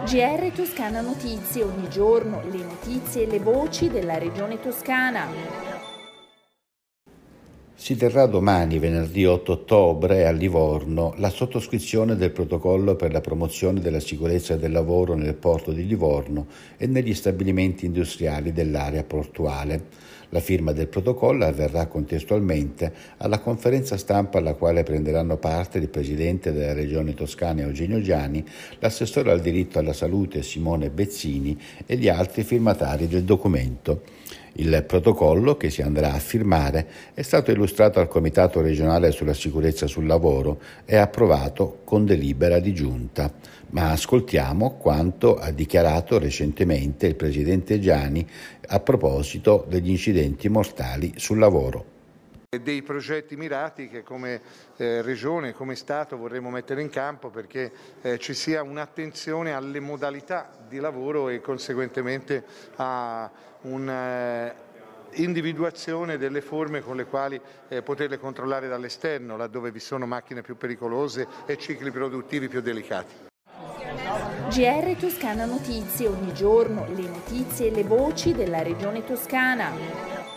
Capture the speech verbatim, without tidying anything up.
G R Toscana Notizie, ogni giorno le notizie e le voci della regione toscana. Si terrà domani, venerdì otto ottobre, a Livorno, la sottoscrizione del protocollo per la promozione della sicurezza del lavoro nel porto di Livorno e negli stabilimenti industriali dell'area portuale. La firma del protocollo avverrà contestualmente alla conferenza stampa alla quale prenderanno parte il Presidente della Regione Toscana Eugenio Giani, l'assessore al diritto alla salute Simone Bezzini e gli altri firmatari del documento. Il protocollo che si andrà a firmare è stato illustrato al Comitato regionale sulla sicurezza sul lavoro e approvato con delibera di giunta. Ma ascoltiamo quanto ha dichiarato recentemente il Presidente Giani a proposito degli incidenti mortali sul lavoro. Dei progetti mirati che come eh, Regione, come Stato vorremmo mettere in campo perché eh, ci sia un'attenzione alle modalità di lavoro e conseguentemente a un'individuazione delle forme con le quali eh, poterle controllare dall'esterno, laddove vi sono macchine più pericolose e cicli produttivi più delicati. G R Toscana Notizie, ogni giorno le notizie e le voci della regione toscana.